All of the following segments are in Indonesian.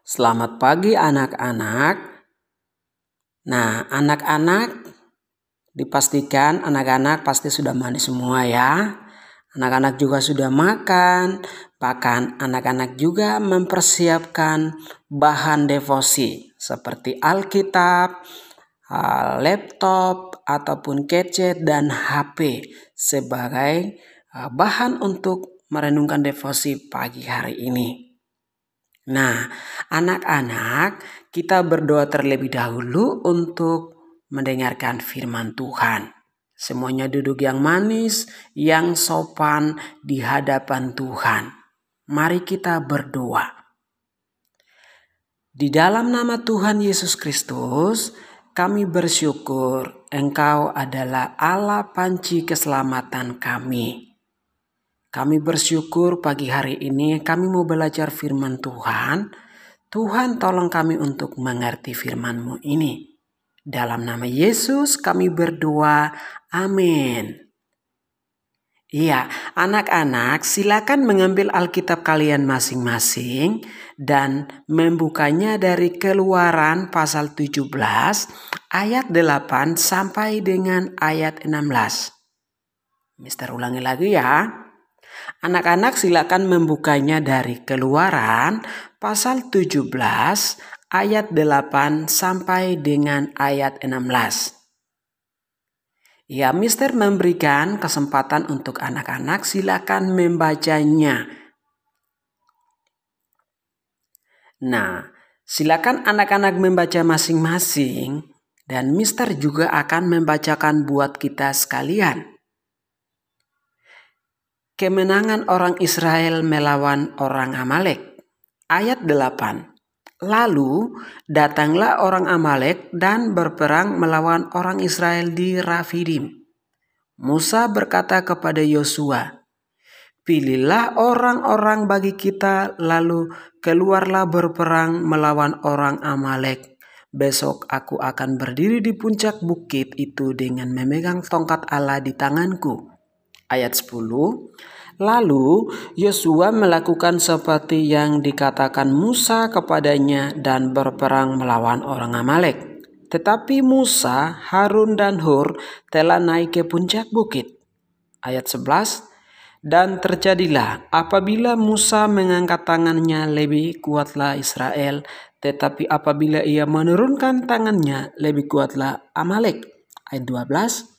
Selamat pagi anak-anak. Nah, anak-anak dipastikan anak-anak pasti sudah mandi semua ya. Anak-anak juga sudah makan, bahkan anak-anak juga mempersiapkan bahan devosi seperti Alkitab, laptop, ataupun gadget dan HP sebagai bahan untuk merenungkan devosi pagi hari ini. Nah, anak-anak, kita berdoa terlebih dahulu untuk mendengarkan firman Tuhan. Semuanya duduk yang manis, yang sopan di hadapan Tuhan. Mari kita berdoa. Di dalam nama Tuhan Yesus Kristus, kami bersyukur Engkau adalah Allah panci keselamatan kami. Kami bersyukur pagi hari ini kami mau belajar firman Tuhan. Tuhan tolong kami untuk mengerti firman-Mu ini. Dalam nama Yesus kami berdoa. Amin. Iya, anak-anak silakan mengambil Alkitab kalian masing-masing dan membukanya dari Keluaran pasal 17 ayat 8 sampai dengan ayat 16. Mister ulangi lagi ya. Anak-anak silakan membukanya dari Keluaran pasal 17 ayat 8 sampai dengan ayat 16. Ya, Mister memberikan kesempatan untuk anak-anak silakan membacanya. Nah, silakan anak-anak membaca masing-masing dan Mister juga akan membacakan buat kita sekalian. Kemenangan orang Israel melawan orang Amalek. Ayat 8. Lalu datanglah orang Amalek dan berperang melawan orang Israel di Rafidim. Musa berkata kepada Yosua, "Pilihlah orang-orang bagi kita, lalu keluarlah berperang melawan orang Amalek. Besok aku akan berdiri di puncak bukit itu dengan memegang tongkat Allah di tanganku." Ayat 10. Lalu Yosua melakukan seperti yang dikatakan Musa kepadanya dan berperang melawan orang Amalek. Tetapi Musa, Harun dan Hur telah naik ke puncak bukit. Ayat 11. Dan terjadilah apabila Musa mengangkat tangannya lebih kuatlah Israel, tetapi apabila ia menurunkan tangannya lebih kuatlah Amalek. Ayat 12.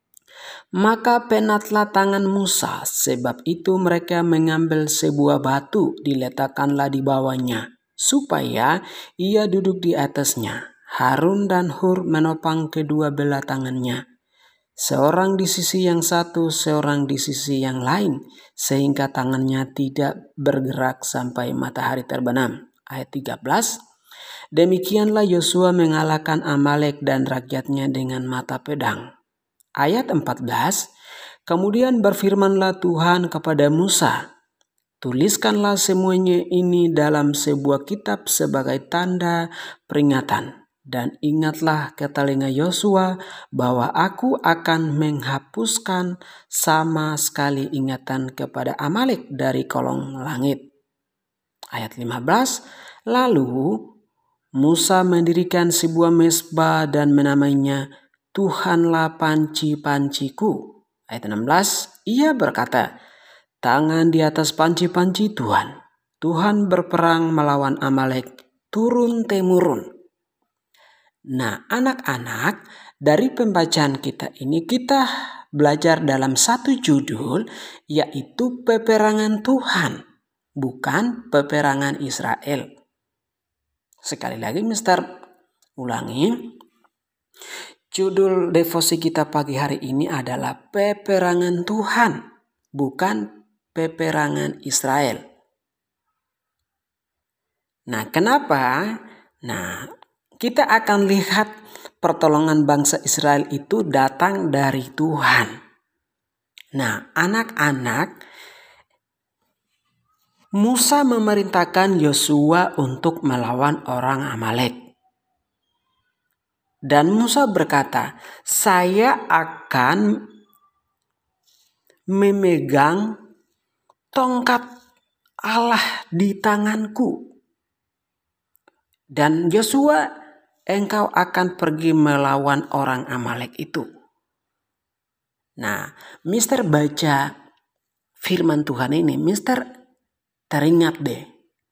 Maka penatlah tangan Musa, sebab itu mereka mengambil sebuah batu, diletakkanlah di bawahnya, supaya ia duduk di atasnya. Harun dan Hur menopang kedua belah tangannya, seorang di sisi yang satu, seorang di sisi yang lain, sehingga tangannya tidak bergerak sampai matahari terbenam. Ayat 13. Demikianlah Yosua mengalahkan Amalek dan rakyatnya dengan mata pedang. Ayat 14, kemudian berfirmanlah Tuhan kepada Musa, "Tuliskanlah semuanya ini dalam sebuah kitab sebagai tanda peringatan. Dan ingatlah ke telinga Yosua bahwa aku akan menghapuskan sama sekali ingatan kepada Amalek dari kolong langit." Ayat 15, lalu Musa mendirikan sebuah mezbah dan menamainya Tuhanlah panci-panciku. Ayat 16, ia berkata, tangan di atas panci-panci Tuhan. Tuhan berperang melawan Amalek turun-temurun. Nah, anak-anak, dari pembacaan kita ini kita belajar dalam satu judul, yaitu peperangan Tuhan, bukan peperangan Israel. Sekali lagi, Mister ulangi. Judul devosi kita pagi hari ini adalah peperangan Tuhan, bukan peperangan Israel. Nah, kenapa? Nah, kita akan lihat pertolongan bangsa Israel itu datang dari Tuhan. Nah, anak-anak, Musa memerintahkan Yosua untuk melawan orang Amalek. Dan Musa berkata, saya akan memegang tongkat Allah di tanganku. Dan Yosua, engkau akan pergi melawan orang Amalek itu. Nah, Mister baca firman Tuhan ini, Mister teringat deh.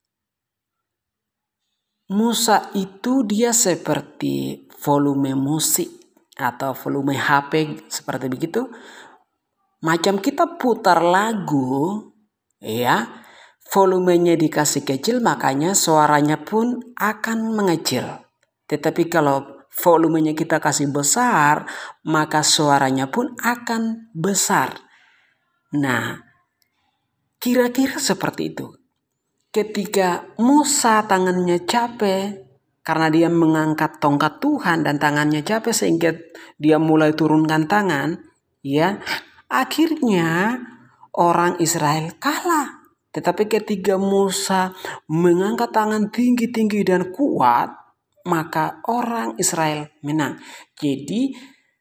Musa itu dia seperti volume musik atau volume HP seperti begitu. Macam kita putar lagu, ya, volumenya dikasih kecil, makanya suaranya pun akan mengecil. Tetapi kalau volumenya kita kasih besar, maka suaranya pun akan besar. Nah, kira-kira seperti itu. Ketika Musa tangannya capek karena dia mengangkat tongkat Tuhan dan tangannya capek sehingga dia mulai turunkan tangan, ya, akhirnya orang Israel kalah. Tetapi ketika Musa mengangkat tangan tinggi-tinggi dan kuat, maka orang Israel menang. Jadi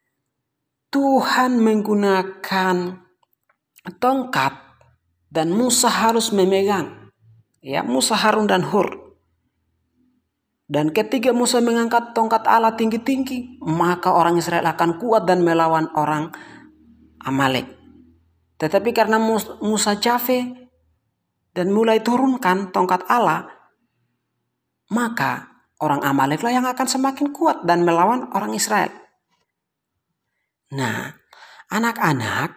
Tuhan menggunakan tongkat dan Musa harus memegang. Ya, Musa, Harun dan Hur. Dan ketika Musa mengangkat tongkat Allah tinggi-tinggi, maka orang Israel akan kuat dan melawan orang Amalek. Tetapi karena Musa capek dan mulai turunkan tongkat Allah, maka orang Amaleklah yang akan semakin kuat dan melawan orang Israel. Nah, anak-anak,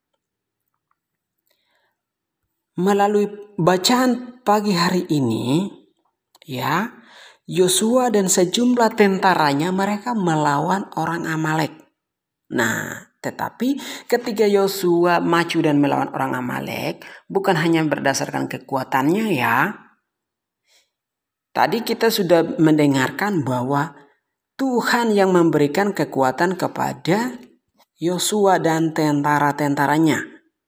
melalui bacaan pagi hari ini, ya, Yosua dan sejumlah tentaranya mereka melawan orang Amalek. Nah, tetapi ketika Yosua maju dan melawan orang Amalek, bukan hanya berdasarkan kekuatannya, ya. Tadi kita sudah mendengarkan bahwa Tuhan yang memberikan kekuatan kepada Yosua dan tentara-tentaranya.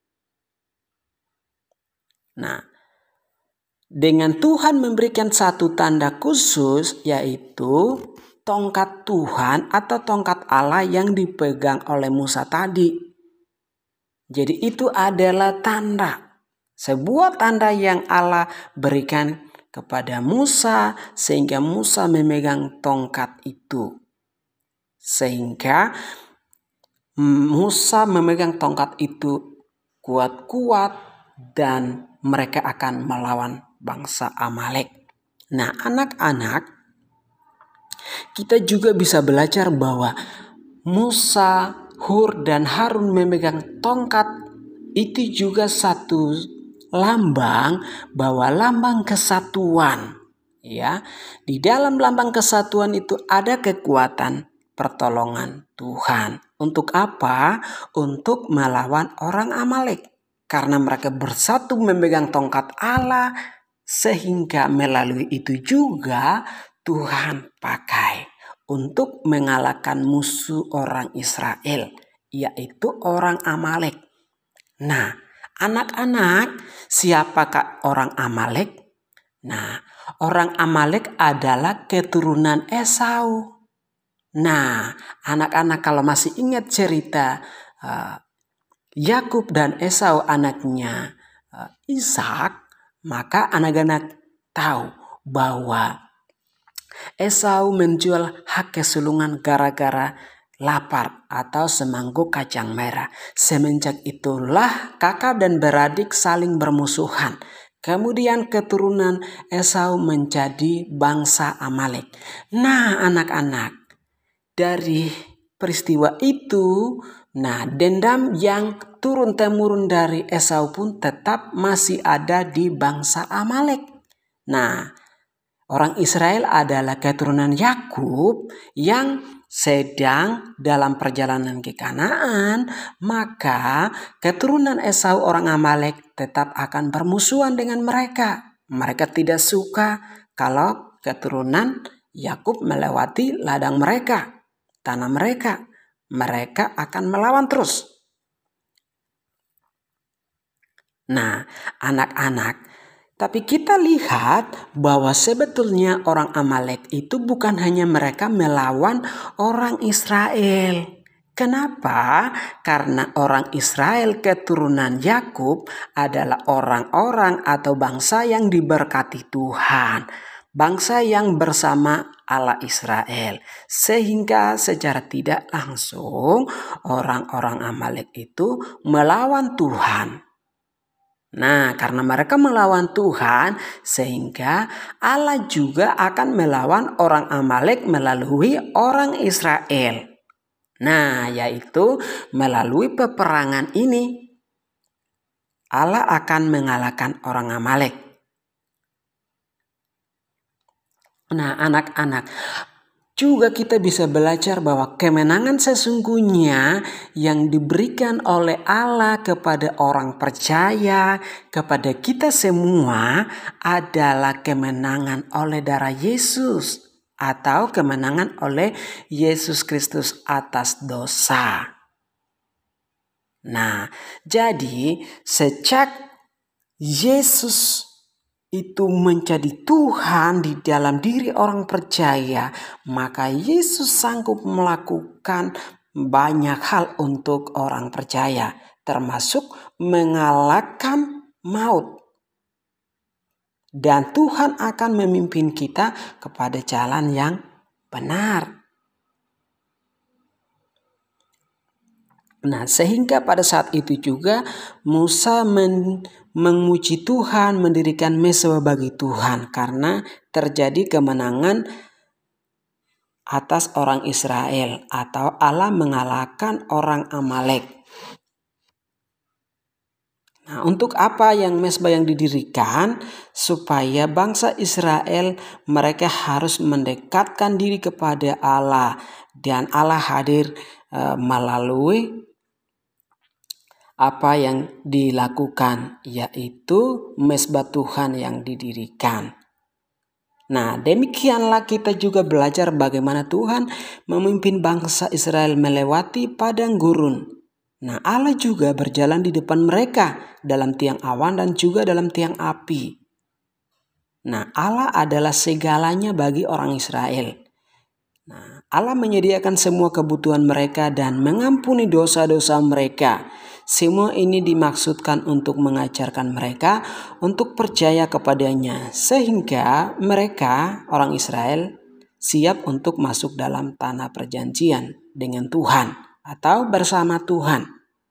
Nah, dengan Tuhan memberikan satu tanda khusus, yaitu tongkat Tuhan atau tongkat Allah yang dipegang oleh Musa tadi. Jadi itu adalah tanda. Sebuah tanda yang Allah berikan kepada Musa sehingga Musa memegang tongkat itu. Sehingga Musa memegang tongkat itu kuat-kuat dan mereka akan melawan bangsa Amalek. Nah, anak-anak, kita juga bisa belajar bahwa Musa, Hur, dan Harun memegang tongkat itu juga satu lambang, bahwa lambang kesatuan. Ya, di dalam lambang kesatuan itu ada kekuatan pertolongan Tuhan. Untuk apa? Untuk melawan orang Amalek. Karena mereka bersatu memegang tongkat Allah, sehingga melalui itu juga Tuhan pakai untuk mengalahkan musuh orang Israel, yaitu orang Amalek. Nah, anak-anak, siapakah orang Amalek? Nah, orang Amalek adalah keturunan Esau. Nah, anak-anak kalau masih ingat cerita Yakub dan Esau anaknya Ishak, maka anak-anak tahu bahwa Esau menjual hak kesulungan gara-gara lapar atau semangkuk kacang merah. Semenjak itulah kakak dan beradik saling bermusuhan. Kemudian keturunan Esau menjadi bangsa Amalek. Nah, anak-anak, dari peristiwa itu, nah, dendam yang turun-temurun dari Esau pun tetap masih ada di bangsa Amalek. Nah, orang Israel adalah keturunan Yakub yang sedang dalam perjalanan ke Kanaan, maka keturunan Esau orang Amalek tetap akan bermusuhan dengan mereka. Mereka tidak suka kalau keturunan Yakub melewati ladang mereka, tanah mereka. Mereka akan melawan terus. Nah, anak-anak, tapi kita lihat bahwa sebetulnya orang Amalek itu bukan hanya mereka melawan orang Israel. Kenapa? Karena orang Israel keturunan Yakub adalah orang-orang atau bangsa yang diberkati Tuhan. bangsa yang bersama Allah Israel. Sehingga secara tidak langsung orang-orang Amalek itu melawan Tuhan. Nah, karena mereka melawan Tuhan, sehingga Allah juga akan melawan orang Amalek melalui orang Israel. Nah, yaitu melalui peperangan ini, Allah akan mengalahkan orang Amalek. Nah, anak-anak, juga kita bisa belajar bahwa kemenangan sesungguhnya yang diberikan oleh Allah kepada orang percaya, kepada kita semua adalah kemenangan oleh darah Yesus atau kemenangan oleh Yesus Kristus atas dosa. Nah, jadi sejak Yesus itu menjadi Tuhan di dalam diri orang percaya, maka Yesus sanggup melakukan banyak hal untuk orang percaya, termasuk mengalahkan maut. Dan Tuhan akan memimpin kita kepada jalan yang benar. Nah, sehingga pada saat itu juga Musa memuji Tuhan, mendirikan mezbah bagi Tuhan karena terjadi kemenangan atas orang Israel atau Allah mengalahkan orang Amalek. Nah, untuk apa yang mezbah yang didirikan? Supaya bangsa Israel mereka harus mendekatkan diri kepada Allah dan Allah hadir melalui apa yang dilakukan, yaitu mezbah Tuhan yang didirikan. Nah, demikianlah kita juga belajar bagaimana Tuhan memimpin bangsa Israel melewati padang gurun. Nah, Allah juga berjalan di depan mereka dalam tiang awan dan juga dalam tiang api. Nah, Allah adalah segalanya bagi orang Israel. Nah, Allah menyediakan semua kebutuhan mereka dan mengampuni dosa-dosa mereka. Semua ini dimaksudkan untuk mengajarkan mereka untuk percaya kepadanya, sehingga mereka, orang Israel, siap untuk masuk dalam tanah perjanjian dengan Tuhan atau bersama Tuhan.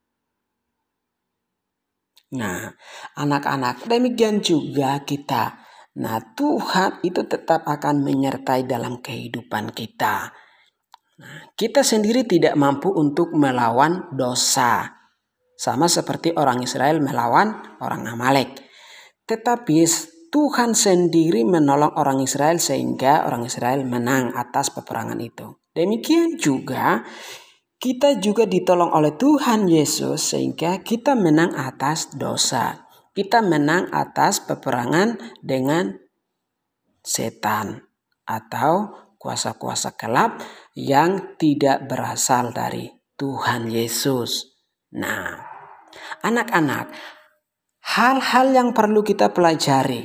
Nah, anak-anak, demikian juga kita. Nah, Tuhan itu tetap akan menyertai dalam kehidupan kita. Nah, kita sendiri tidak mampu untuk melawan dosa. Sama seperti orang Israel melawan orang Amalek. Tetapi Tuhan sendiri menolong orang Israel sehingga orang Israel menang atas peperangan itu. Demikian juga kita juga ditolong oleh Tuhan Yesus sehingga kita menang atas dosa. Kita menang atas peperangan dengan setan atau kuasa-kuasa gelap yang tidak berasal dari Tuhan Yesus. Nah, anak-anak, hal-hal yang perlu kita pelajari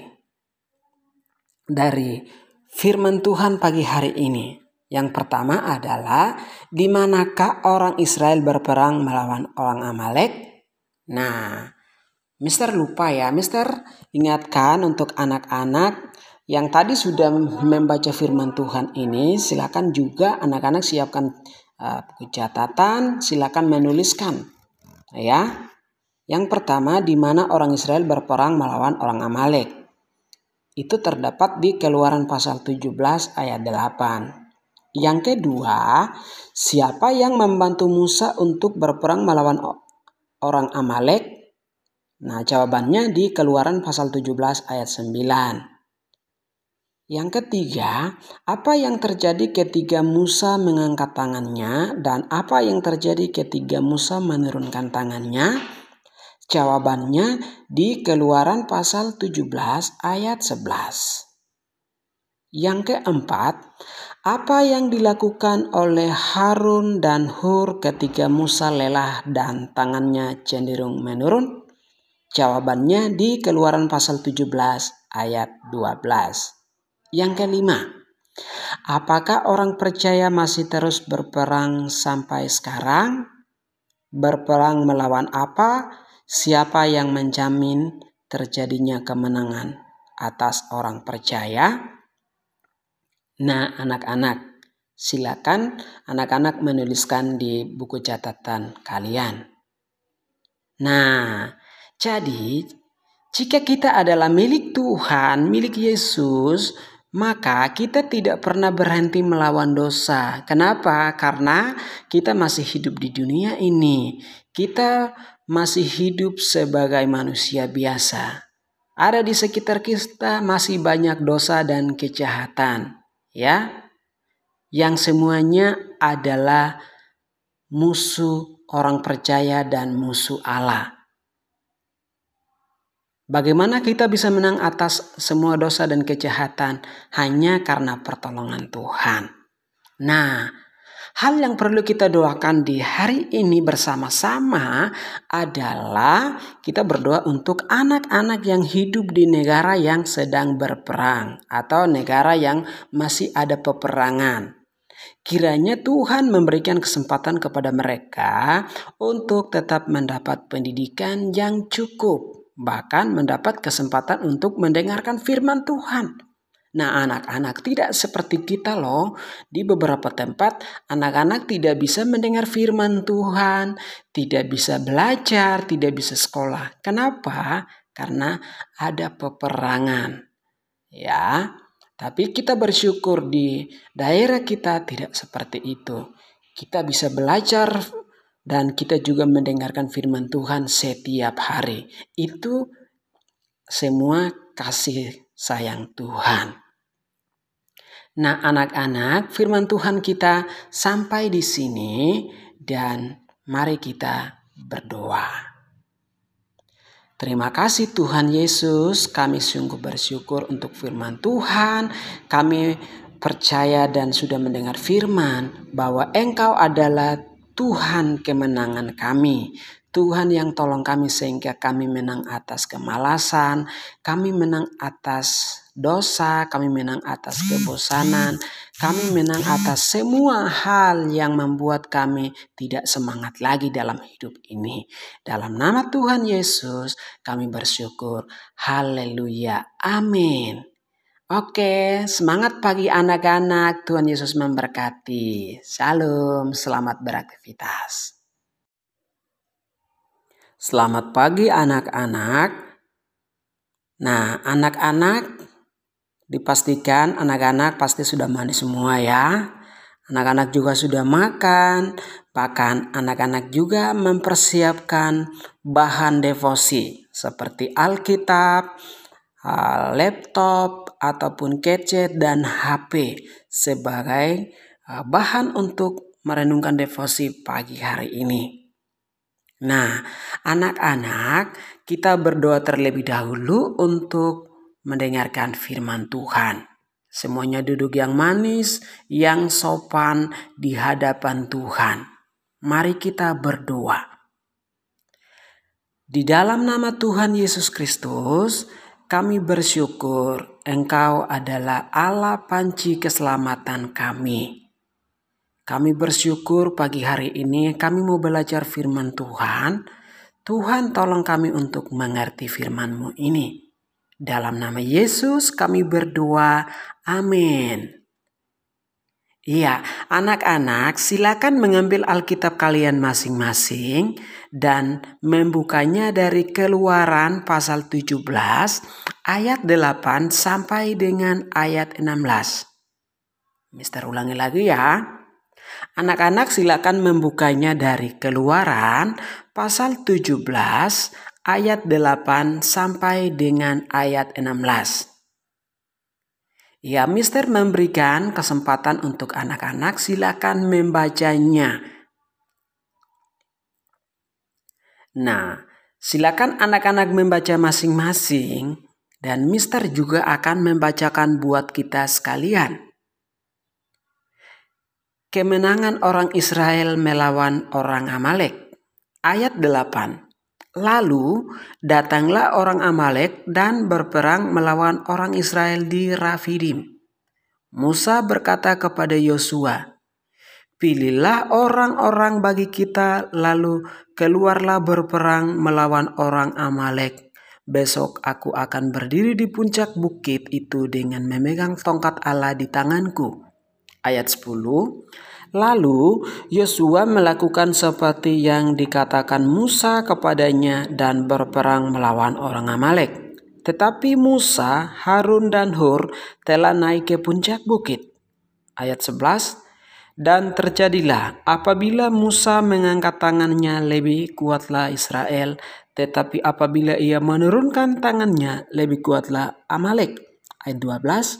dari firman Tuhan pagi hari ini. Yang pertama adalah di manakah orang Israel berperang melawan orang Amalek? Nah, Mister lupa ya, Mister ingatkan untuk anak-anak yang tadi sudah membaca firman Tuhan ini, silakan juga anak-anak siapkan buku catatan, silakan menuliskan ya. Yang pertama, di mana orang Israel berperang melawan orang Amalek. Itu terdapat di Keluaran pasal 17 ayat 8. Yang kedua, siapa yang membantu Musa untuk berperang melawan orang Amalek? Nah, jawabannya di Keluaran pasal 17 ayat 9. Yang ketiga, apa yang terjadi ketika Musa mengangkat tangannya dan apa yang terjadi ketika Musa menurunkan tangannya? Jawabannya di Keluaran pasal 17 ayat 11. Yang keempat, apa yang dilakukan oleh Harun dan Hur ketika Musa lelah dan tangannya cenderung menurun? Jawabannya di Keluaran pasal 17 ayat 12. Yang kelima, apakah orang percaya masih terus berperang sampai sekarang? Berperang melawan apa? Siapa yang menjamin terjadinya kemenangan atas orang percaya? Nah, anak-anak, silakan anak-anak menuliskan di buku catatan kalian. Nah, jadi jika kita adalah milik Tuhan, milik Yesus, maka kita tidak pernah berhenti melawan dosa. Kenapa? Karena kita masih hidup di dunia ini. Kita masih hidup sebagai manusia biasa. Ada di sekitar kita masih banyak dosa dan kejahatan, ya. Yang semuanya adalah musuh orang percaya dan musuh Allah. Bagaimana kita bisa menang atas semua dosa dan kejahatan? Hanya karena pertolongan Tuhan. Nah, hal yang perlu kita doakan di hari ini bersama-sama adalah kita berdoa untuk anak-anak yang hidup di negara yang sedang berperang atau negara yang masih ada peperangan. Kiranya Tuhan memberikan kesempatan kepada mereka untuk tetap mendapat pendidikan yang cukup, bahkan mendapat kesempatan untuk mendengarkan firman Tuhan. Nah, anak-anak tidak seperti kita loh. Di beberapa tempat anak-anak tidak bisa mendengar firman Tuhan, tidak bisa belajar, tidak bisa sekolah. Kenapa? Karena ada peperangan. Ya. Tapi kita bersyukur di daerah kita tidak seperti itu. Kita bisa belajar dan kita juga mendengarkan firman Tuhan setiap hari. Itu semua kasih sayang Tuhan. Nah, anak-anak, firman Tuhan kita sampai di sini dan mari kita berdoa. Terima kasih Tuhan Yesus, kami sungguh bersyukur untuk firman Tuhan. Kami percaya dan sudah mendengar firman bahwa Engkau adalah Tuhan kemenangan kami. Tuhan yang tolong kami sehingga kami menang atas kemalasan, kami menang atas dosa, kami menang atas kebosanan, kami menang atas semua hal yang membuat kami tidak semangat lagi dalam hidup ini. Dalam nama Tuhan Yesus kami bersyukur. Haleluya. Amin. Oke, semangat pagi anak-anak. Tuhan Yesus memberkati. Shalom, selamat beraktivitas. Selamat pagi anak-anak. Nah, anak-anak dipastikan anak-anak pasti sudah mandi semua ya. Anak-anak juga sudah makan. Bahkan anak-anak juga mempersiapkan bahan devosi seperti Alkitab, laptop, ataupun gadget dan HP sebagai bahan untuk merenungkan devosi pagi hari ini. Nah, anak-anak, kita berdoa terlebih dahulu untuk mendengarkan firman Tuhan. Semuanya duduk yang manis, yang sopan di hadapan Tuhan. Mari kita berdoa. Di dalam nama Tuhan Yesus Kristus, kami bersyukur Engkau adalah Allah panci keselamatan kami. Kami bersyukur pagi hari ini kami mau belajar firman Tuhan. Tuhan tolong kami untuk mengerti firman-Mu ini. Dalam nama Yesus kami berdoa. Amin. Iya, anak-anak silakan mengambil Alkitab kalian masing-masing dan membukanya dari Keluaran pasal 17 ayat 8 sampai dengan ayat 16. Mister ulangi lagi ya. Anak-anak silakan membukanya dari Keluaran pasal 17 ayat 8 sampai dengan ayat 16. Ya, Mister memberikan kesempatan untuk anak-anak silakan membacanya. Nah, silakan anak-anak membaca masing-masing dan Mister juga akan membacakan buat kita sekalian. Kemenangan orang Israel melawan orang Amalek. Ayat 8. Lalu datanglah orang Amalek dan berperang melawan orang Israel di Rafidim. Musa berkata kepada Yosua, "Pilihlah orang-orang bagi kita, lalu keluarlah berperang melawan orang Amalek. Besok aku akan berdiri di puncak bukit itu dengan memegang tongkat Allah di tanganku. Ayat 10. Lalu Yosua melakukan seperti yang dikatakan Musa kepadanya dan berperang melawan orang Amalek. Tetapi Musa, Harun dan Hur telah naik ke puncak bukit. Ayat 11. Dan terjadilah apabila Musa mengangkat tangannya lebih kuatlah Israel, tetapi apabila ia menurunkan tangannya lebih kuatlah Amalek. Ayat 12.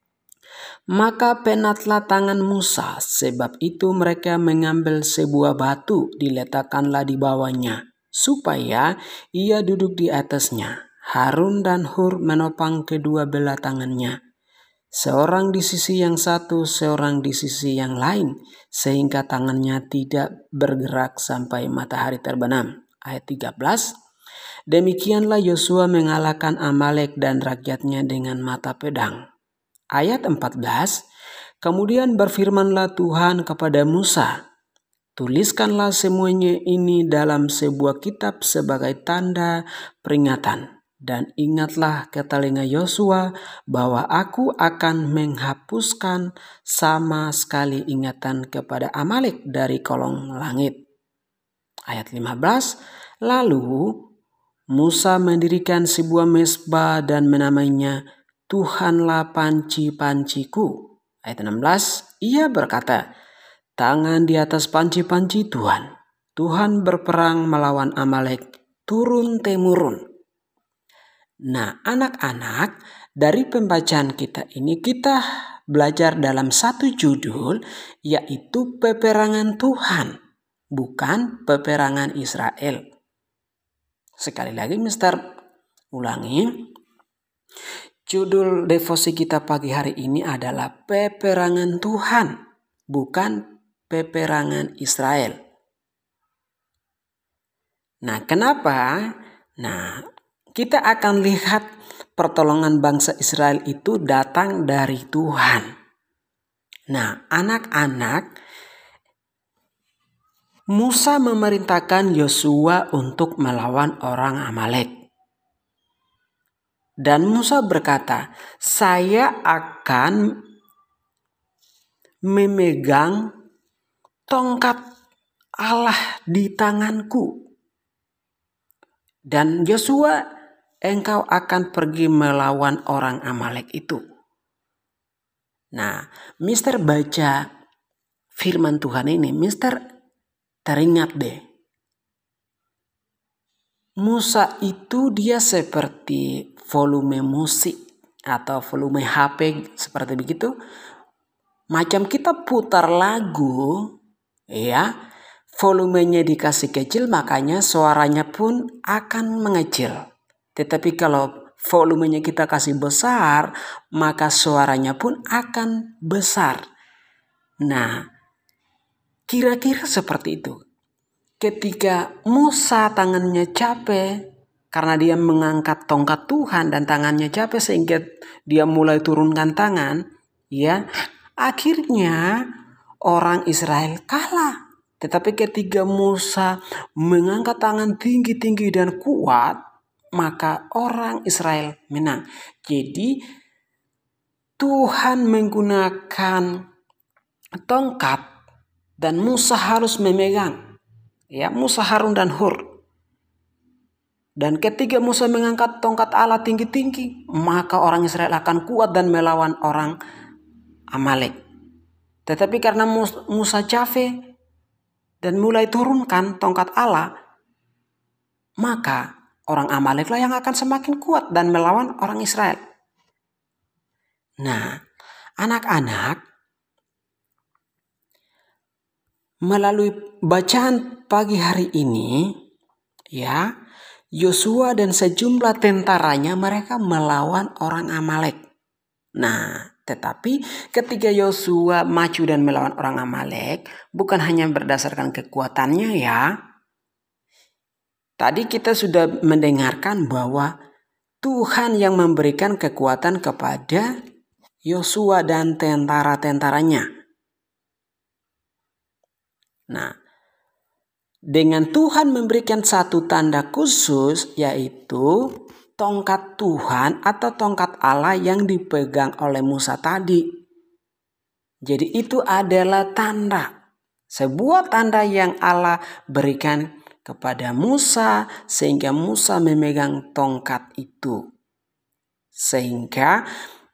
Maka penatlah tangan Musa, sebab itu mereka mengambil sebuah batu, diletakkanlah di bawahnya, supaya ia duduk di atasnya. Harun dan Hur menopang kedua belah tangannya, seorang di sisi yang satu, seorang di sisi yang lain, sehingga tangannya tidak bergerak sampai matahari terbenam. Ayat 13. Demikianlah Yosua mengalahkan Amalek dan rakyatnya dengan mata pedang. Ayat 14. Kemudian berfirmanlah Tuhan kepada Musa, tuliskanlah semuanya ini dalam sebuah kitab sebagai tanda peringatan. Dan ingatlah ke telinga Yosua bahwa aku akan menghapuskan sama sekali ingatan kepada Amalek dari kolong langit. Ayat 15. Lalu Musa mendirikan sebuah mezbah dan menamainya Tuhanlah panci-panciku. Ayat 16. Ia berkata, tangan di atas panci-panci Tuhan. Tuhan berperang melawan Amalek turun-temurun. Nah, anak-anak, dari pembacaan kita ini kita belajar dalam satu judul, yaitu peperangan Tuhan, bukan peperangan Israel. Sekali lagi Mister ulangi, judul devosi kita pagi hari ini adalah peperangan Tuhan, bukan peperangan Israel. Nah, kenapa? Nah, kita akan lihat pertolongan bangsa Israel itu datang dari Tuhan. Nah, anak-anak, Musa memerintahkan Yosua untuk melawan orang Amalek. Dan Musa berkata, saya akan memegang tongkat Allah di tanganku. Dan Yosua, engkau akan pergi melawan orang Amalek itu. Nah, Mister baca firman Tuhan ini, Mister teringat deh. Musa itu dia seperti volume musik atau volume HP seperti begitu. Macam kita putar lagu, ya, volumenya dikasih kecil makanya suaranya pun akan mengecil. Tetapi kalau volumenya kita kasih besar, maka suaranya pun akan besar. Nah, kira-kira seperti itu. Ketika Musa tangannya capek karena dia mengangkat tongkat Tuhan dan tangannya capek sehingga dia mulai turunkan tangan, ya, akhirnya orang Israel kalah. Tetapi ketika Musa mengangkat tangan tinggi-tinggi dan kuat, maka orang Israel menang. Jadi Tuhan menggunakan tongkat dan Musa harus memegang. Ya, Musa, Harun dan Hur. Dan ketika Musa mengangkat tongkat Allah tinggi-tinggi, maka orang Israel akan kuat dan melawan orang Amalek. Tetapi karena Musa capek dan mulai turunkan tongkat Allah, maka orang Amaleklah yang akan semakin kuat dan melawan orang Israel. Nah, anak-anak, melalui bacaan pagi hari ini, ya, Yosua dan sejumlah tentaranya mereka melawan orang Amalek. Nah, tetapi ketika Yosua maju dan melawan orang Amalek, bukan hanya berdasarkan kekuatannya ya. Tadi kita sudah mendengarkan bahwa Tuhan yang memberikan kekuatan kepada Yosua dan tentara-tentaranya. Nah, dengan Tuhan memberikan satu tanda khusus, yaitu tongkat Tuhan atau tongkat Allah yang dipegang oleh Musa tadi. Jadi itu adalah tanda, sebuah tanda yang Allah berikan kepada Musa sehingga Musa memegang tongkat itu. Sehingga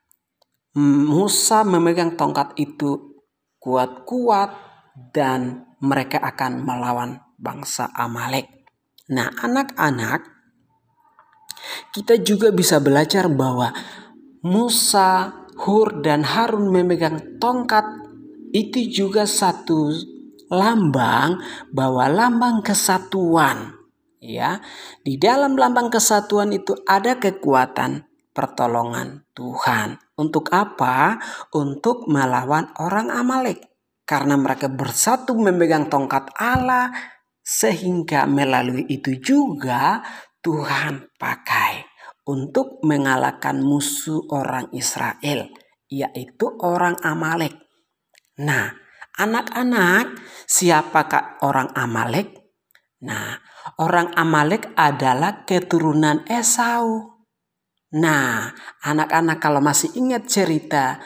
Musa memegang tongkat itu kuat-kuat dan mereka akan melawan bangsa Amalek. Nah, anak-anak, kita juga bisa belajar bahwa Musa, Hur, dan Harun memegang tongkat itu juga satu lambang, bahwa lambang kesatuan. Ya, di dalam lambang kesatuan itu ada kekuatan pertolongan Tuhan. Untuk apa? Untuk melawan orang Amalek. Karena mereka bersatu memegang tongkat Allah, sehingga melalui itu juga Tuhan pakai untuk mengalahkan musuh orang Israel, yaitu orang Amalek. Nah, anak-anak, siapakah orang Amalek? Nah, orang Amalek adalah keturunan Esau. Nah, anak-anak kalau masih ingat cerita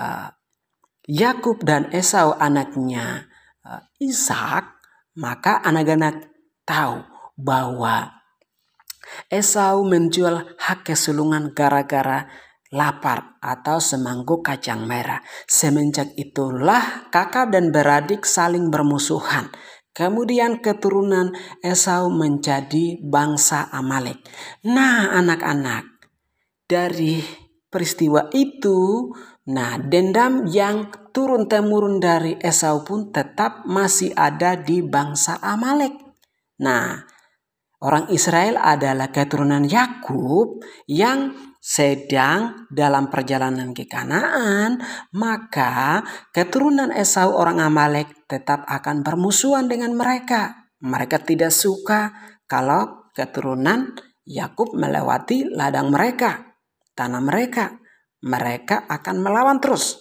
Yakub dan Esau anaknya Ishak, maka anak-anak tahu bahwa Esau menjual hak kesulungan gara-gara lapar atau semangkuk kacang merah. Semenjak itulah kakak dan beradik saling bermusuhan. Kemudian keturunan Esau menjadi bangsa Amalek. Nah, anak-anak, dari peristiwa itu, dendam yang turun-temurun dari Esau pun tetap masih ada di bangsa Amalek. Nah, orang Israel adalah keturunan Yakub yang sedang dalam perjalanan ke Kanaan, maka keturunan Esau orang Amalek tetap akan bermusuhan dengan mereka. Mereka tidak suka kalau keturunan Yakub melewati ladang mereka, tanah mereka. Mereka akan melawan terus.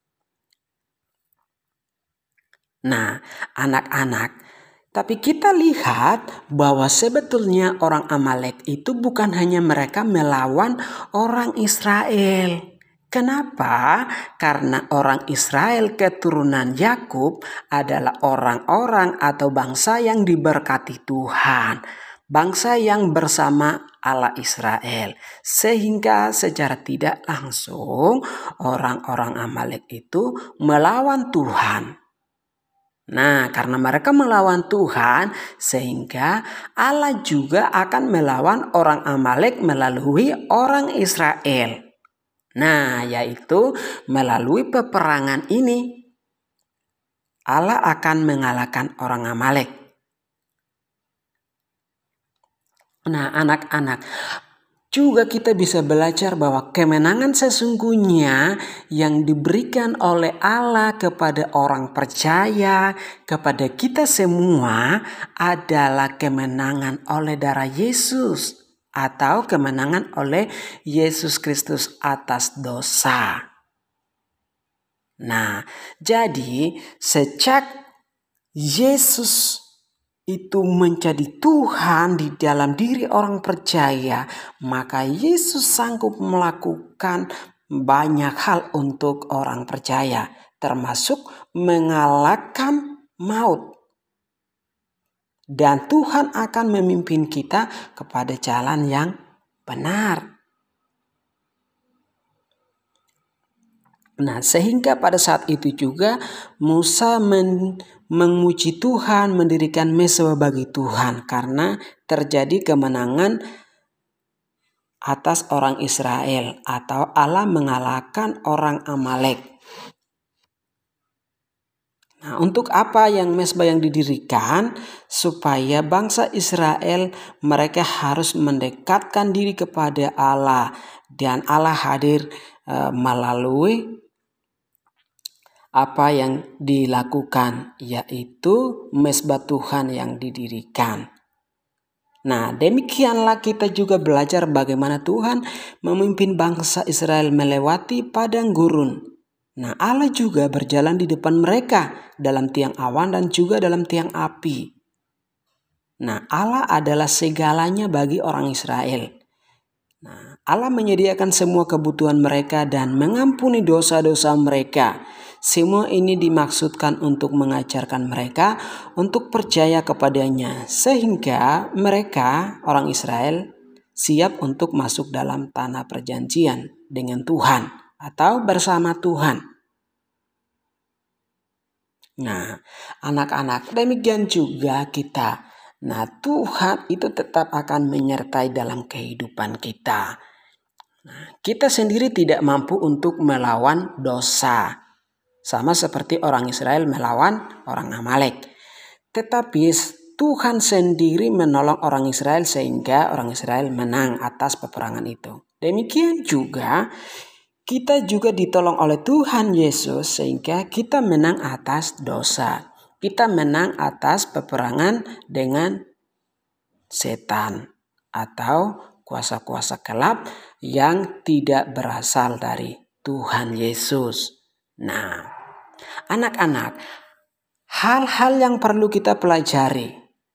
Nah, anak-anak, tapi kita lihat bahwa sebetulnya orang Amalek itu bukan hanya mereka melawan orang Israel. Kenapa? Karena orang Israel keturunan Yakub adalah orang-orang atau bangsa yang diberkati Tuhan. Bangsa yang bersama Allah Israel. Sehingga secara tidak langsung orang-orang Amalek itu melawan Tuhan. Nah, karena mereka melawan Tuhan, sehingga Allah juga akan melawan orang Amalek melalui orang Israel. Nah, yaitu melalui peperangan ini, Allah akan mengalahkan orang Amalek. Nah, anak-anak, juga kita bisa belajar bahwa kemenangan sesungguhnya yang diberikan oleh Allah kepada orang percaya, kepada kita semua adalah kemenangan oleh darah Yesus atau kemenangan oleh Yesus Kristus atas dosa. Nah, jadi sejak Yesus itu menjadi Tuhan di dalam diri orang percaya, maka Yesus sanggup melakukan banyak hal untuk orang percaya, termasuk mengalahkan maut. Dan Tuhan akan memimpin kita kepada jalan yang benar. Nah, sehingga pada saat itu juga Musa memuji Tuhan, mendirikan mezbah bagi Tuhan karena terjadi kemenangan atas orang Israel atau Allah mengalahkan orang Amalek. Nah, untuk apa yang mezbah yang didirikan? Supaya bangsa Israel mereka harus mendekatkan diri kepada Allah dan Allah hadir melalui apa yang dilakukan, yaitu mezbah Tuhan yang didirikan. Nah, demikianlah kita juga belajar bagaimana Tuhan memimpin bangsa Israel melewati padang gurun. Nah, Allah juga berjalan di depan mereka dalam tiang awan dan juga dalam tiang api. Nah, Allah adalah segalanya bagi orang Israel. Nah, Allah menyediakan semua kebutuhan mereka dan mengampuni dosa-dosa mereka. Semua ini dimaksudkan untuk mengajarkan mereka untuk percaya kepadanya, sehingga mereka, orang Israel, siap untuk masuk dalam tanah perjanjian dengan Tuhan atau bersama Tuhan. Nah, anak-anak, demikian juga kita. Nah, Tuhan itu tetap akan menyertai dalam kehidupan kita. Nah, kita sendiri tidak mampu untuk melawan dosa. Sama seperti orang Israel melawan orang Amalek. Tetapi Tuhan sendiri menolong orang Israel sehingga orang Israel menang atas peperangan itu. Demikian juga kita juga ditolong oleh Tuhan Yesus sehingga kita menang atas dosa. Kita menang atas peperangan dengan setan atau kuasa-kuasa gelap yang tidak berasal dari Tuhan Yesus. Nah, anak-anak, hal-hal yang perlu kita pelajari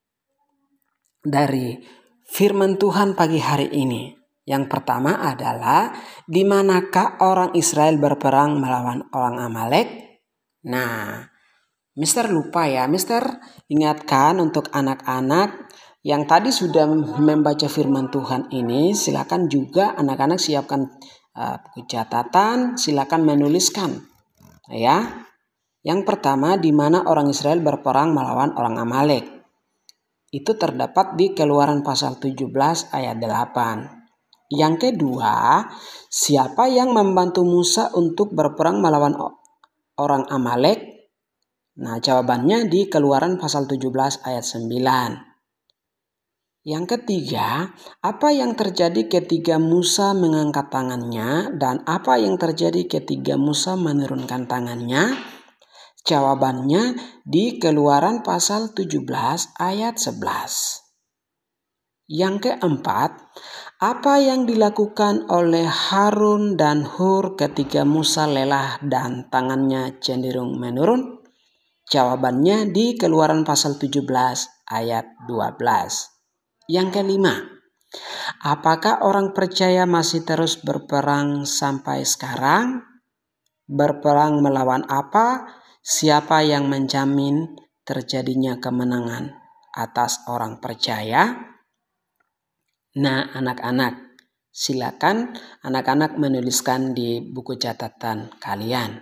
dari firman Tuhan pagi hari ini. Yang pertama adalah di manakah orang Israel berperang melawan orang Amalek? Nah, Mister lupa ya, Mister ingatkan untuk anak-anak yang tadi sudah membaca firman Tuhan ini, silakan juga anak-anak siapkan buku catatan, silakan menuliskan. Ya, yang pertama di mana orang Israel berperang melawan orang Amalek. Itu terdapat di Keluaran pasal 17 ayat 8. Yang kedua, siapa yang membantu Musa untuk berperang melawan orang Amalek? Nah, jawabannya di Keluaran pasal 17 ayat 9. Yang ketiga, apa yang terjadi ketika Musa mengangkat tangannya dan apa yang terjadi ketika Musa menurunkan tangannya? Jawabannya di Keluaran pasal 17 ayat 11. Yang keempat, apa yang dilakukan oleh Harun dan Hur ketika Musa lelah dan tangannya cenderung menurun? Jawabannya di Keluaran pasal 17 ayat 12. Yang kelima, apakah orang percaya masih terus berperang sampai sekarang? Berperang melawan apa? Siapa yang menjamin terjadinya kemenangan atas orang percaya? Nah, anak-anak, silakan anak-anak menuliskan di buku catatan kalian.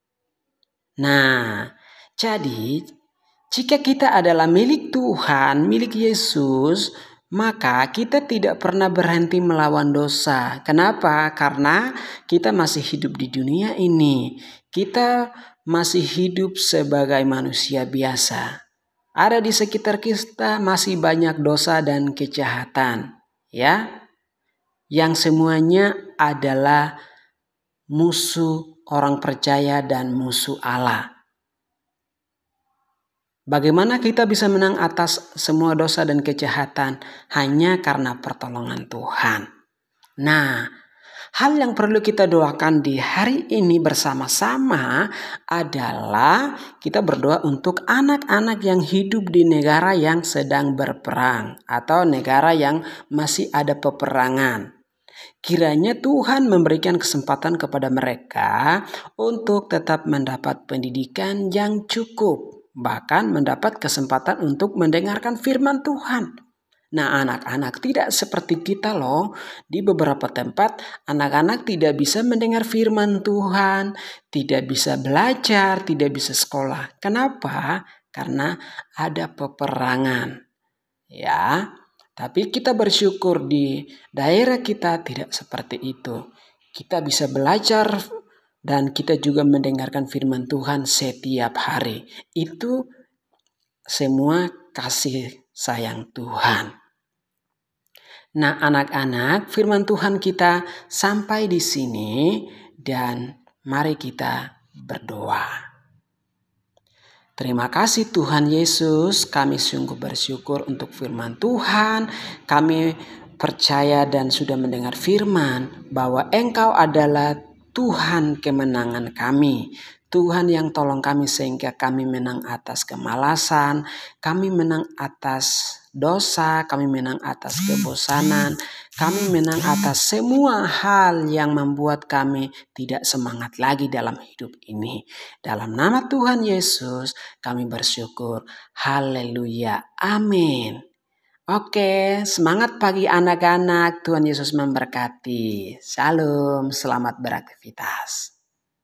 Nah, jadi jika kita adalah milik Tuhan, milik Yesus, maka kita tidak pernah berhenti melawan dosa. Kenapa? Karena kita masih hidup di dunia ini. Kita masih hidup sebagai manusia biasa. Ada di sekitar kita masih banyak dosa dan kejahatan, ya. Yang semuanya adalah musuh orang percaya dan musuh Allah. Bagaimana kita bisa menang atas semua dosa dan kejahatan? Hanya karena pertolongan Tuhan. Nah, hal yang perlu kita doakan di hari ini bersama-sama adalah kita berdoa untuk anak-anak yang hidup di negara yang sedang berperang atau negara yang masih ada peperangan. Kiranya Tuhan memberikan kesempatan kepada mereka untuk tetap mendapat pendidikan yang cukup. Bahkan mendapat kesempatan untuk mendengarkan firman Tuhan. Nah, anak-anak tidak seperti kita loh. Di beberapa tempat anak-anak tidak bisa mendengar firman Tuhan, tidak bisa belajar, tidak bisa sekolah. Kenapa? Karena ada peperangan. Ya, tapi kita bersyukur di daerah kita tidak seperti itu. Kita bisa belajar dan kita juga mendengarkan firman Tuhan setiap hari. Itu semua kasih sayang Tuhan. Nah, anak-anak, firman Tuhan kita sampai di sini dan mari kita berdoa. Terima kasih Tuhan Yesus, kami sungguh bersyukur untuk firman Tuhan. Kami percaya dan sudah mendengar firman bahwa Engkau adalah Tuhan kemenangan kami. Tuhan yang tolong kami sehingga kami menang atas kemalasan, kami menang atas dosa, kami menang atas kebosanan, kami menang atas semua hal yang membuat kami tidak semangat lagi dalam hidup ini. Dalam nama Tuhan Yesus, kami bersyukur. Haleluya. Amin. Oke, semangat pagi anak-anak. Tuhan Yesus memberkati. Shalom, selamat beraktivitas.